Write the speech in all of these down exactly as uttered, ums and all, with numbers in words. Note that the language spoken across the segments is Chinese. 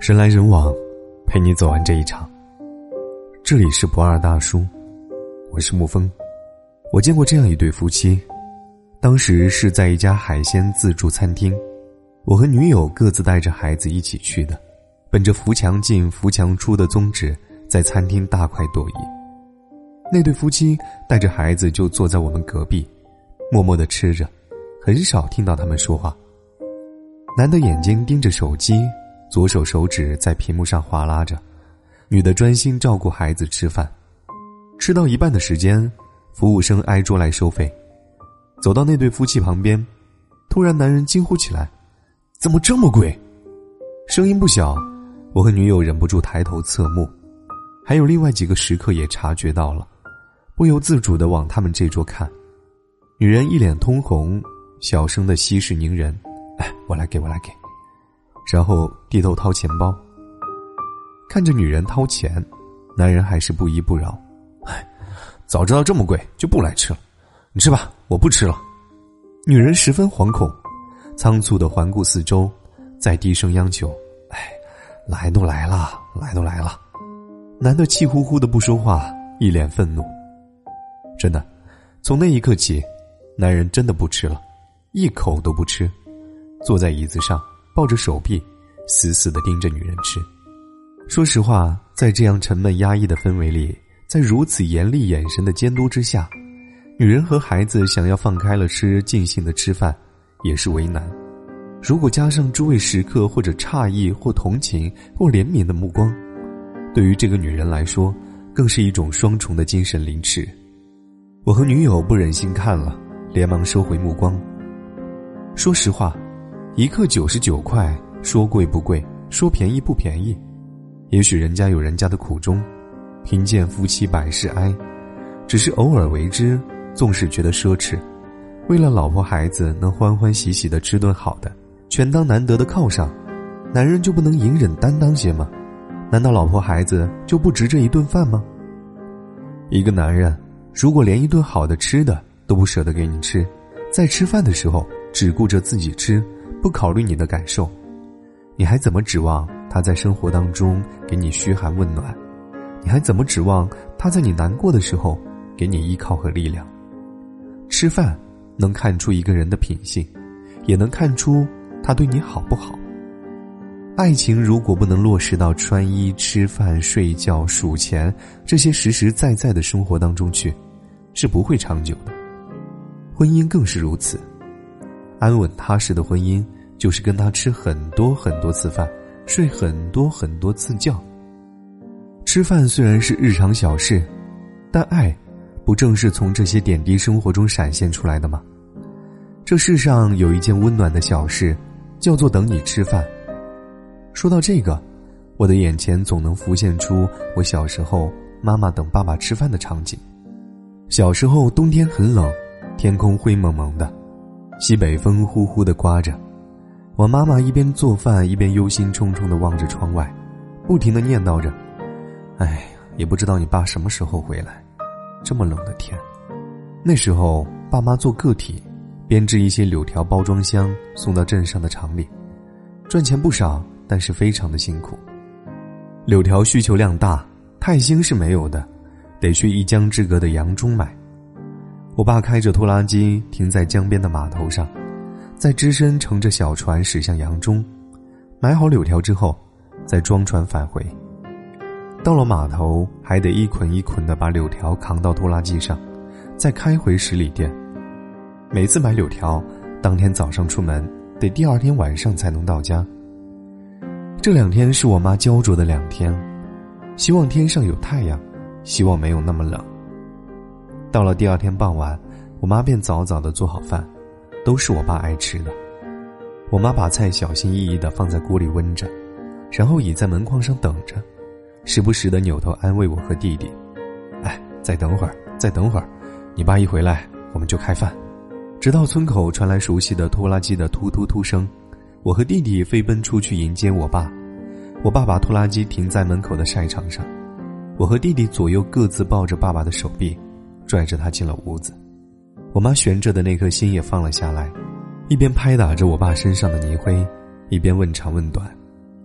人来人往，陪你走完这一场。这里是不二大叔，我是沐风。我见过这样一对夫妻，当时是在一家海鲜自助餐厅，我和女友各自带着孩子一起去的，本着扶墙进扶墙出的宗旨，在餐厅大快朵颐。那对夫妻带着孩子就坐在我们隔壁，默默地吃着，很少听到他们说话。男的眼睛盯着手机，左手手指在屏幕上划拉着，女的专心照顾孩子吃饭。吃到一半的时间，服务生挨桌来收费，走到那对夫妻旁边，突然男人惊呼起来：怎么这么贵？声音不小，我和女友忍不住抬头侧目，还有另外几个食客也察觉到了，不由自主地往他们这桌看。女人一脸通红，小声地息事宁人：哎，我来给我来给。然后低头掏钱包，看着女人掏钱，男人还是不依不饶：哎，早知道这么贵就不来吃了，你吃吧，我不吃了。女人十分惶恐，仓促地环顾四周，再低声央求：哎，来都来了，来都来了。男的气呼呼的不说话，一脸愤怒。真的，从那一刻起，男人真的不吃了，一口都不吃，坐在椅子上抱着手臂，死死地盯着女人吃。说实话，在这样沉闷压抑的氛围里，在如此严厉眼神的监督之下，女人和孩子想要放开了吃，尽兴地吃饭，也是为难。如果加上诸位食客或者诧异或同情或怜悯的目光，对于这个女人来说，更是一种双重的精神凌迟。我和女友不忍心看了，连忙收回目光。说实话，一克九十九块，说贵不贵，说便宜不便宜。也许人家有人家的苦衷，贫贱夫妻百事哀，只是偶尔为之，纵是觉得奢侈，为了老婆孩子能欢欢喜喜地吃顿好的，全当难得的犒赏，男人就不能隐忍担当些吗？难道老婆孩子就不值这一顿饭吗？一个男人如果连一顿好的吃的都不舍得给你吃，在吃饭的时候只顾着自己吃，不考虑你的感受，你还怎么指望他在生活当中给你嘘寒问暖？你还怎么指望他在你难过的时候给你依靠和力量？吃饭能看出一个人的品性，也能看出他对你好不好。爱情如果不能落实到穿衣、吃饭、睡觉、数钱这些实实在在的生活当中去，是不会长久的。婚姻更是如此，安稳踏实的婚姻就是跟他吃很多很多次饭，睡很多很多次觉。吃饭虽然是日常小事，但爱不正是从这些点滴生活中闪现出来的吗？这世上有一件温暖的小事，叫做等你吃饭。说到这个，我的眼前总能浮现出我小时候妈妈等爸爸吃饭的场景。小时候冬天很冷，天空灰蒙蒙的，西北风呼呼地刮着，我妈妈一边做饭一边忧心忡忡地望着窗外，不停地念叨着：哎，也不知道你爸什么时候回来，这么冷的天。那时候爸妈做个体，编织一些柳条包装箱送到镇上的厂里，赚钱不少，但是非常的辛苦。柳条需求量大，泰兴是没有的，得去一江之隔的扬中买。我爸开着拖拉机停在江边的码头上，在只身乘着小船驶向扬中，买好柳条之后再装船返回。到了码头还得一捆一捆地把柳条扛到拖拉机上，再开回十里店。每次买柳条，当天早上出门，得第二天晚上才能到家。这两天是我妈焦灼的两天，希望天上有太阳，希望没有那么冷。到了第二天傍晚，我妈便早早地做好饭，都是我爸爱吃的。我妈把菜小心翼翼地放在锅里温着，然后倚在门框上等着，时不时地扭头安慰我和弟弟：哎，再等会儿，再等会儿，你爸一回来我们就开饭。直到村口传来熟悉的拖拉机的突突突声，我和弟弟飞奔出去迎接我爸。我爸把拖拉机停在门口的晒场上，我和弟弟左右各自抱着爸爸的手臂，拽着他进了屋子。我妈悬着的那颗心也放了下来，一边拍打着我爸身上的泥灰，一边问长问短。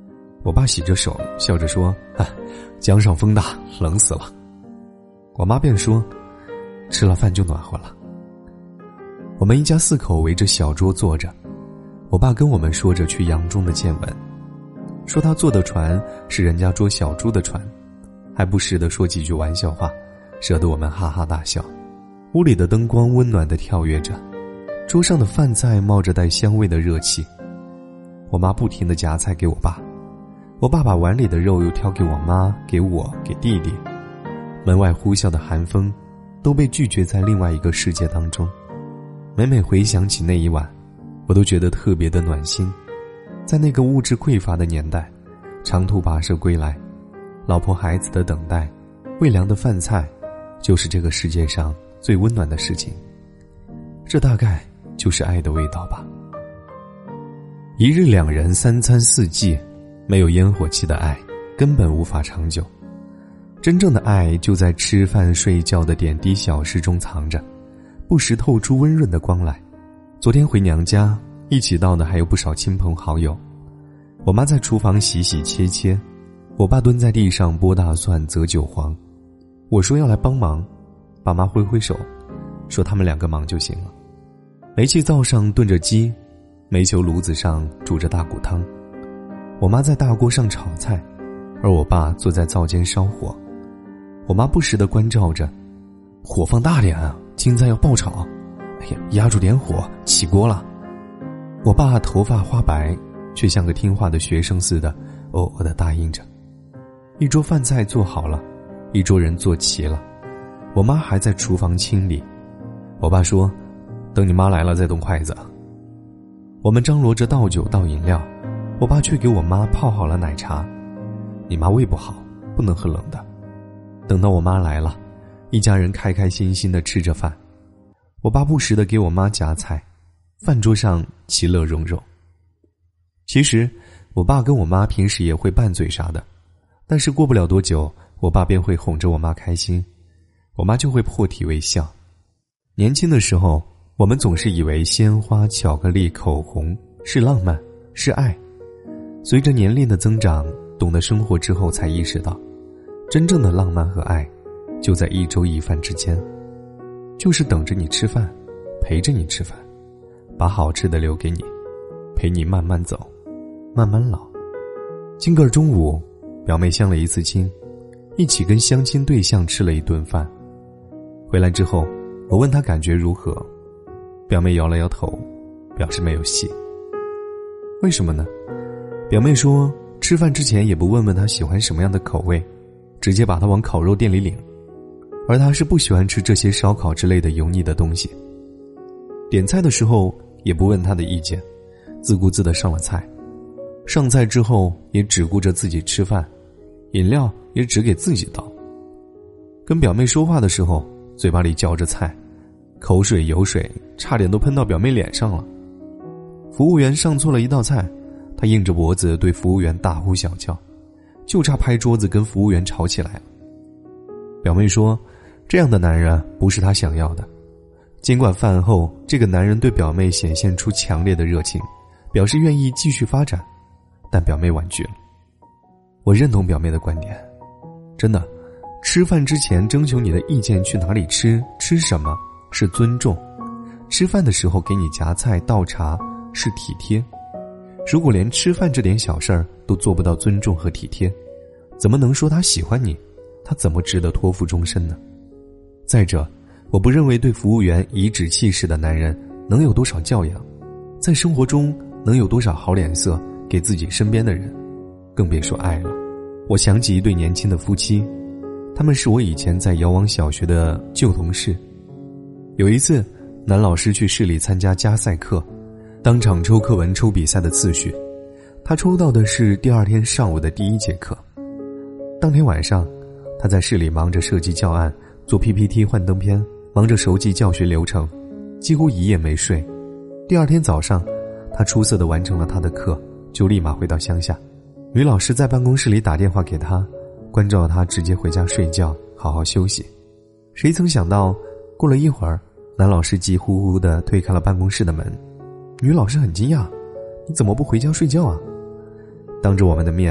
我爸洗着手笑着说，啊，江上风大，冷死了。我妈便说，吃了饭就暖和了。我们一家四口围着小桌坐着，我爸跟我们说着去扬州的见闻，说他坐的船是人家捉小猪的船，还不时地说几句玩笑话，惹得我们哈哈大笑。屋里的灯光温暖地跳跃着，桌上的饭菜冒着带香味的热气。我妈不停地夹菜给我爸，我爸把碗里的肉又挑给我妈，给我，给弟弟。门外呼啸的寒风都被拒绝在另外一个世界当中。每每回想起那一晚，我都觉得特别的暖心。在那个物质匮乏的年代，长途跋涉归来，老婆孩子的等待，喂粮的饭菜，就是这个世界上最温暖的事情。这大概就是爱的味道吧。一日两人三餐四季，没有烟火气的爱根本无法长久。真正的爱就在吃饭睡觉的点滴小事中藏着，不时透出温润的光来。昨天回娘家，一起到的还有不少亲朋好友。我妈在厨房洗洗切切，我爸蹲在地上剥大蒜择韭黄。我说要来帮忙，爸妈挥挥手，说他们两个忙就行了。煤气灶上炖着鸡，煤球炉子上煮着大骨汤。我妈在大锅上炒菜，而我爸坐在灶间烧火。我妈不时地关照着，火放大点啊，青菜要爆炒，哎呀，压住点火，起锅了。我爸头发花白，却像个听话的学生似的，哦哦地答应着。一桌饭菜做好了，一桌人坐齐了，我妈还在厨房清理。我爸说，等你妈来了再动筷子。我们张罗着倒酒倒饮料，我爸却给我妈泡好了奶茶。你妈胃不好，不能喝冷的。等到我妈来了，一家人开开心心地吃着饭。我爸不时地给我妈夹菜，饭桌上其乐融融。其实我爸跟我妈平时也会拌嘴啥的，但是过不了多久，我爸便会哄着我妈开心，我妈就会破涕为笑。年轻的时候，我们总是以为鲜花、巧克力、口红是浪漫，是爱。随着年龄的增长，懂得生活之后，才意识到真正的浪漫和爱就在一粥一饭之间，就是等着你吃饭，陪着你吃饭，把好吃的留给你，陪你慢慢走，慢慢老。今个中午，表妹相了一次亲，一起跟相亲对象吃了一顿饭。回来之后，我问她感觉如何，表妹摇了摇头，表示没有戏。为什么呢？表妹说，吃饭之前也不问问她喜欢什么样的口味，直接把她往烤肉店里领，而她是不喜欢吃这些烧烤之类的油腻的东西。点菜的时候也不问她的意见，自顾自地上了菜。上菜之后也只顾着自己吃饭，饮料也只给自己倒。跟表妹说话的时候，嘴巴里嚼着菜，口水油水差点都喷到表妹脸上了。服务员上错了一道菜，她硬着脖子对服务员大呼小叫，就差拍桌子跟服务员吵起来了。表妹说，这样的男人不是她想要的。尽管饭后这个男人对表妹显现出强烈的热情，表示愿意继续发展，但表妹婉拒了。我认同表妹的观点，真的，吃饭之前征求你的意见去哪里吃，吃什么是尊重，吃饭的时候给你夹菜倒茶是体贴。如果连吃饭这点小事儿都做不到尊重和体贴，怎么能说他喜欢你？他怎么值得托付终身呢？再者，我不认为对服务员颐指气使的男人能有多少教养，在生活中能有多少好脸色给自己身边的人，更别说爱了。我想起一对年轻的夫妻，他们是我以前在遥望小学的旧同事。有一次，男老师去市里参加加赛课，当场抽课文抽比赛的次序，他抽到的是第二天上午的第一节课。当天晚上，他在市里忙着设计教案，做 P P T 幻灯片，忙着熟记教学流程，几乎一夜没睡。第二天早上，他出色地完成了他的课，就立马回到乡下。女老师在办公室里打电话给他，关照他直接回家睡觉，好好休息。谁曾想到，过了一会儿，男老师急呼呼地推开了办公室的门。女老师很惊讶，你怎么不回家睡觉啊？当着我们的面，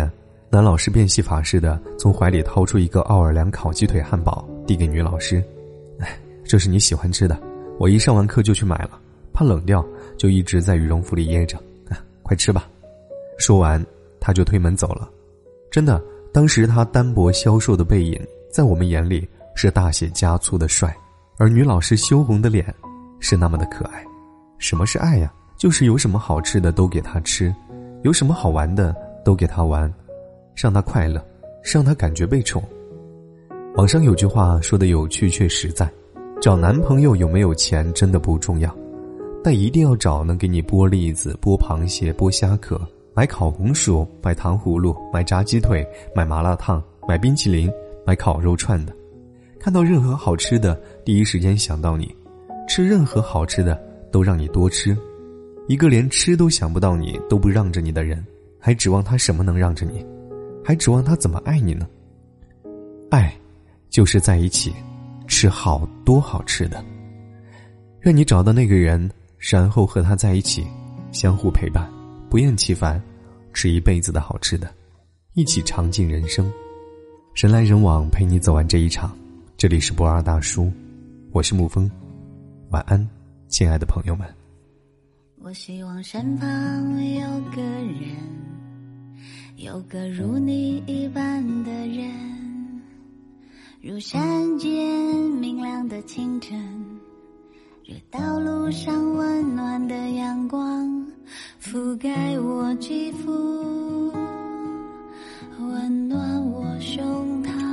男老师变戏法似的从怀里掏出一个奥尔良烤鸡腿汉堡递给女老师，哎，这是你喜欢吃的，我一上完课就去买了，怕冷掉就一直在羽绒服里掖着，啊，快吃吧。说完他就推门走了。真的，当时他单薄消瘦的背影在我们眼里是大写加粗的帅，而女老师羞红的脸是那么的可爱。什么是爱呀？就是有什么好吃的都给他吃，有什么好玩的都给他玩，让他快乐，让他感觉被宠。网上有句话说的有趣却实在，找男朋友有没有钱真的不重要，但一定要找能给你剥栗子、剥螃蟹、剥虾壳，买烤红薯、买糖葫芦、买炸鸡腿、买麻辣烫、买冰淇淋、买烤肉串的。看到任何好吃的，第一时间想到你，吃任何好吃的都让你多吃。一个连吃都想不到你都不让着你的人，还指望他什么能让着你？还指望他怎么爱你呢？爱就是在一起吃好多好吃的。愿你找到那个人，然后和他在一起，相互陪伴，不厌其烦，吃一辈子的好吃的，一起尝尽人生。人来人往，陪你走完这一场。这里是不二大叔，我是沐风，晚安，亲爱的朋友们。 我希望身旁有个人，有个如你一般的人，如山间明亮的清晨，这道路上温暖的阳光覆盖我肌肤，温暖我胸膛。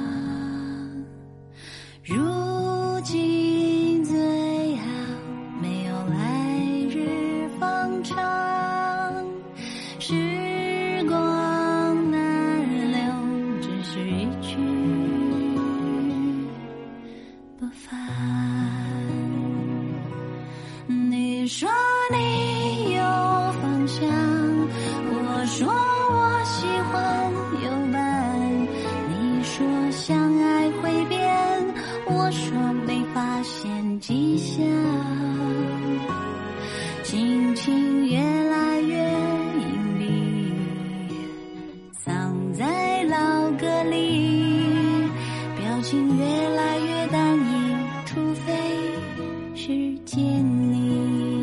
如今最好没有来日方长，时光难留，只是一去不返。你说你有方向，我说我喜欢有伴，你说相爱会变，我说没发现迹象，心情越来越隐蔽，藏在老歌里，表情越来越单一，除非是见你。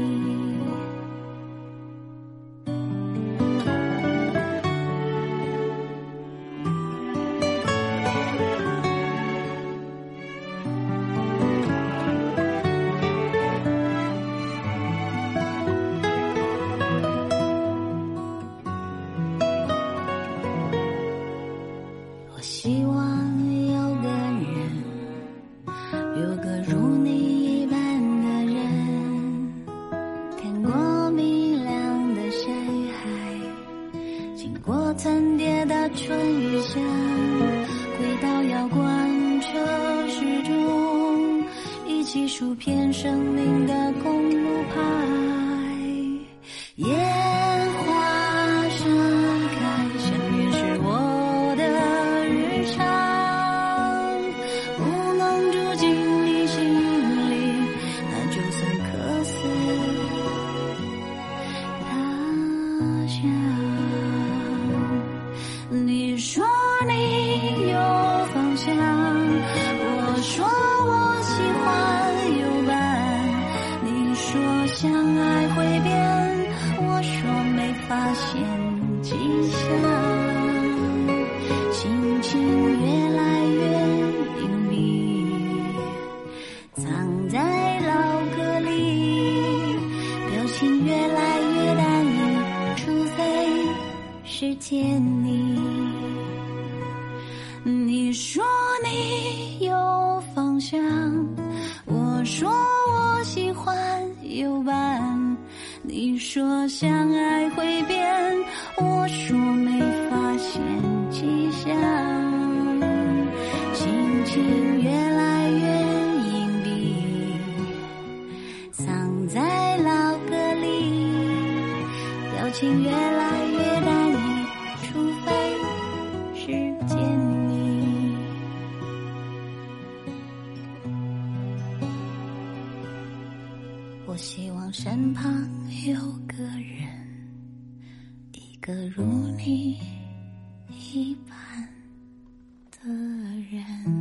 希望有个人，有个如你一般的人，看过明亮的山海，经过层叠的春雨下，回到遥观车时钟，一起数遍生命的公路牌。烟花盛开，相遇是我的日常，不能住进你心里，那就算客死他乡。你说你有方向，我说我喜欢有伴，你说相爱会变，我说没发现迹象，心情越来越隐秘，藏在老歌里，表情越来越单一，除非是见你。你说你有方向，我说我喜欢有伴，你说相爱会变，我说没发现迹象，心情越来越隐蔽，藏在老歌里，表情越来越单一，除非是见你。我希望身旁有个人，一个如你一般的人。